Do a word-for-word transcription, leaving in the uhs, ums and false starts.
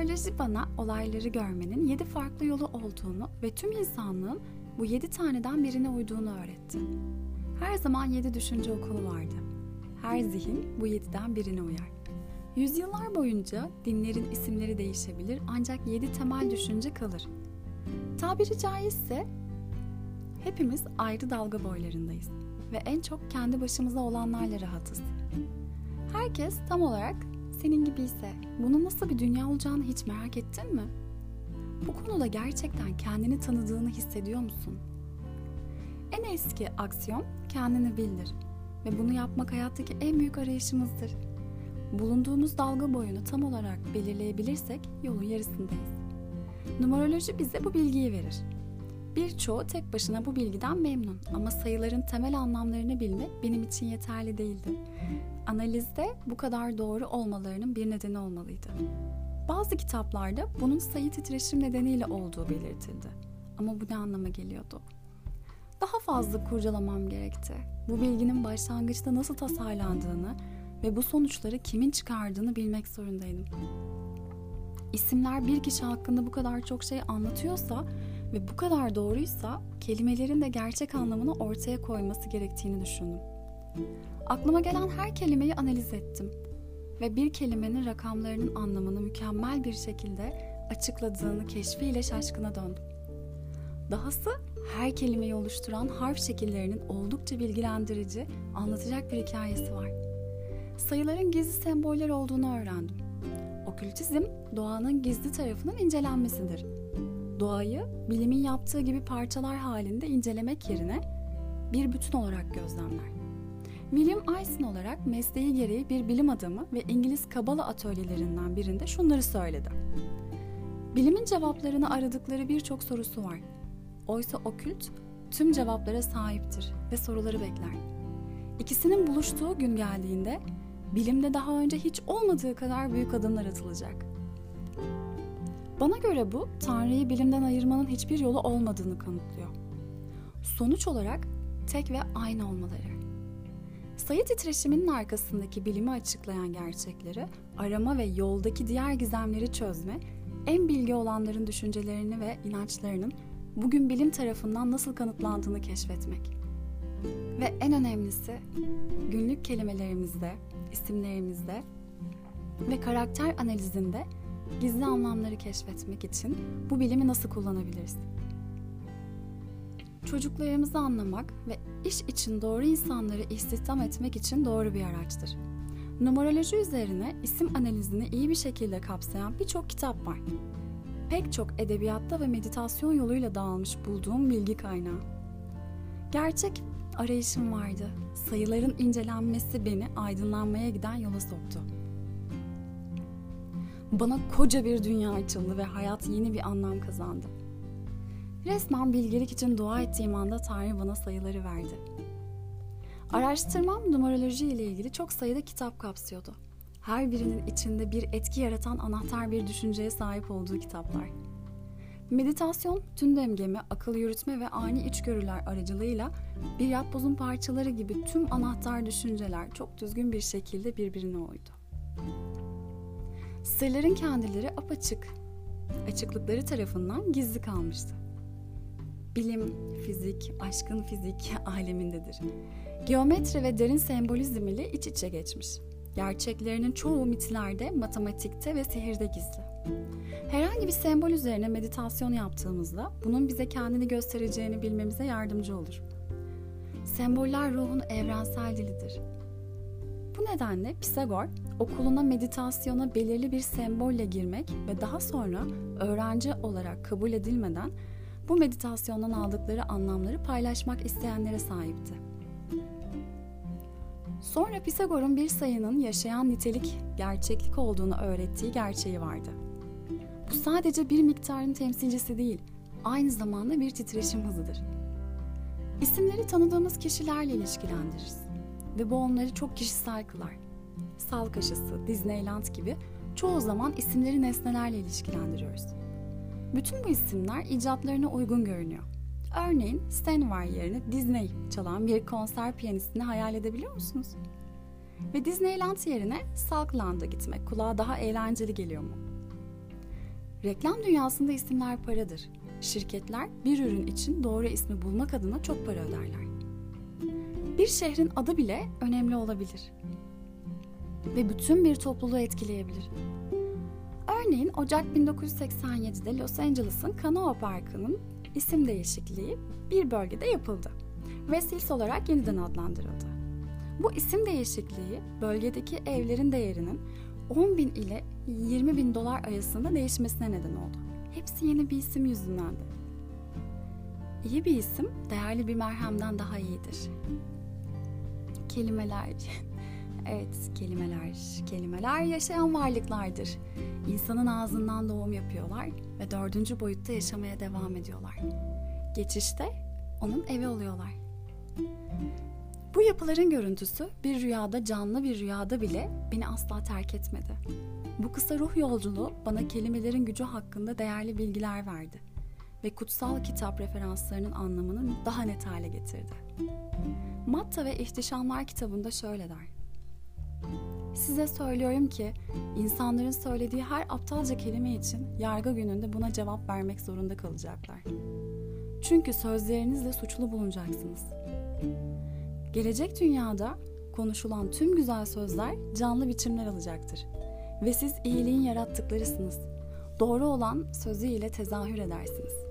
Numeroloji bana olayları görmenin yedi farklı yolu olduğunu ve tüm insanlığın bu yedi taneden birine uyduğunu öğretti. Her zaman yedi düşünce okulu vardı. Her zihin bu yediden birine uyar. Yüzyıllar boyunca dinlerin isimleri değişebilir ancak yedi temel düşünce kalır. Tabiri caizse hepimiz ayrı dalga boylarındayız ve en çok kendi başımıza olanlarla rahatız. Herkes tam olarak senin gibiyse bunun nasıl bir dünya olacağını hiç merak ettin mi? Bu konuda gerçekten kendini tanıdığını hissediyor musun? En eski aksiyon kendini bildir ve bunu yapmak hayattaki en büyük arayışımızdır. Bulunduğumuz dalga boyunu tam olarak belirleyebilirsek yolun yarısındayız. Numeroloji bize bu bilgiyi verir. Birçoğu tek başına bu bilgiden memnun ama sayıların temel anlamlarını bilmek benim için yeterli değildi. Analizde bu kadar doğru olmalarının bir nedeni olmalıydı. Bazı kitaplarda bunun sayı titreşim nedeniyle olduğu belirtildi. Ama bu ne anlama geliyordu? Daha fazla kurcalamam gerekti. Bu bilginin başlangıçta nasıl tasarlandığını ve bu sonuçları kimin çıkardığını bilmek zorundaydım. İsimler bir kişi hakkında bu kadar çok şey anlatıyorsa ve bu kadar doğruysa kelimelerin de gerçek anlamını ortaya koyması gerektiğini düşündüm. Aklıma gelen her kelimeyi analiz ettim ve bir kelimenin rakamlarının anlamını mükemmel bir şekilde açıkladığını keşfiyle şaşkına döndüm. Dahası her kelimeyi oluşturan harf şekillerinin oldukça bilgilendirici, anlatacak bir hikayesi var. Sayıların gizli semboller olduğunu öğrendim. Okültizm, doğanın gizli tarafının incelenmesidir. Doğayı bilimin yaptığı gibi parçalar halinde incelemek yerine bir bütün olarak gözlemler. William Eisen olarak mesleği gereği bir bilim adamı ve İngiliz Kabala atölyelerinden birinde şunları söyledi. Bilimin cevaplarını aradıkları birçok sorusu var. Oysa okült tüm cevaplara sahiptir ve soruları bekler. İkisinin buluştuğu gün geldiğinde bilimde daha önce hiç olmadığı kadar büyük adımlar atılacak. Bana göre bu, Tanrı'yı bilimden ayırmanın hiçbir yolu olmadığını kanıtlıyor. Sonuç olarak tek ve aynı olmaları. Sayı titreşiminin arkasındaki bilimi açıklayan gerçekleri, arama ve yoldaki diğer gizemleri çözme, en bilgi olanların düşüncelerini ve inançlarının bugün bilim tarafından nasıl kanıtlandığını keşfetmek. Ve en önemlisi, günlük kelimelerimizde, isimlerimizde ve karakter analizinde gizli anlamları keşfetmek için bu bilimi nasıl kullanabiliriz? Çocuklarımızı anlamak ve iş için doğru insanları istihdam etmek için doğru bir araçtır. Numeroloji üzerine isim analizini iyi bir şekilde kapsayan birçok kitap var. Pek çok edebiyatta ve meditasyon yoluyla dağılmış bulduğum bilgi kaynağı. Gerçek arayışım vardı. Sayıların incelenmesi beni aydınlanmaya giden yola soktu. Bana koca bir dünya açıldı ve hayat yeni bir anlam kazandı. Resmen bilgelik için dua ettiğim anda Tanrı bana sayıları verdi. Araştırmam numeroloji ile ilgili çok sayıda kitap kapsıyordu. Her birinin içinde bir etki yaratan anahtar bir düşünceye sahip olduğu kitaplar. Meditasyon, tüm dengemi, akıl yürütme ve ani içgörüler aracılığıyla bir yapbozun parçaları gibi tüm anahtar düşünceler çok düzgün bir şekilde birbirine uydu. Sırların kendileri apaçık, açıklıkları tarafından gizli kalmıştı. Bilim, fizik, aşkın fizik alemindedir. Geometri ve derin sembolizm ile iç içe geçmiş. Gerçeklerinin çoğu mitlerde, matematikte ve sihirde gizli. Herhangi bir sembol üzerine meditasyon yaptığımızda bunun bize kendini göstereceğini bilmemize yardımcı olur. Semboller ruhun evrensel dilidir. Bu nedenle Pisagor, okuluna meditasyona belirli bir sembolle girmek ve daha sonra öğrenci olarak kabul edilmeden bu meditasyondan aldıkları anlamları paylaşmak isteyenlere sahipti. Sonra Pisagor'un bir sayının yaşayan nitelik, gerçeklik olduğunu öğrettiği gerçeği vardı. Bu sadece bir miktarın temsilcisi değil, aynı zamanda bir titreşim hızıdır. İsimleri tanıdığımız kişilerle ilişkilendiririz ve bu onları çok kişisel kılar. Salk aşısı, Disneyland gibi çoğu zaman isimleri nesnelerle ilişkilendiriyoruz. Bütün bu isimler icatlarına uygun görünüyor. Örneğin Steinway yerine Disney çalan bir konser piyanistini hayal edebiliyor musunuz? Ve Disneyland yerine Salkland'a gitmek kulağa daha eğlenceli geliyor mu? Reklam dünyasında isimler paradır. Şirketler bir ürün için doğru ismi bulmak adına çok para öderler. Bir şehrin adı bile önemli olabilir ve bütün bir topluluğu etkileyebilir. Örneğin Ocak bin dokuz yüz seksen yedide Los Angeles'ın Canoa Parkı'nın isim değişikliği bir bölgede yapıldı ve Sils olarak yeniden adlandırıldı. Bu isim değişikliği bölgedeki evlerin değerinin on bin ile yirmi bin dolar arasında değişmesine neden oldu. Hepsi yeni bir isim yüzündendi. İyi bir isim, değerli bir merhemden daha iyidir. Kelimeler, evet kelimeler, kelimeler yaşayan varlıklardır. İnsanın ağzından doğum yapıyorlar ve dördüncü boyutta yaşamaya devam ediyorlar. Geçişte onun evi oluyorlar. Bu yapıların görüntüsü bir rüyada, canlı bir rüyada bile beni asla terk etmedi. Bu kısa ruh yolculuğu bana kelimelerin gücü hakkında değerli bilgiler verdi ve kutsal kitap referanslarının anlamını daha net hale getirdi. Matta ve İhtişamlar kitabında şöyle der: "Size söylüyorum ki insanların söylediği her aptalca kelime için yargı gününde buna cevap vermek zorunda kalacaklar. Çünkü sözlerinizle suçlu bulunacaksınız." Gelecek dünyada konuşulan tüm güzel sözler canlı biçimler alacaktır. Ve siz iyiliğin yarattıklarısınız. Doğru olan sözü ile tezahür edersiniz.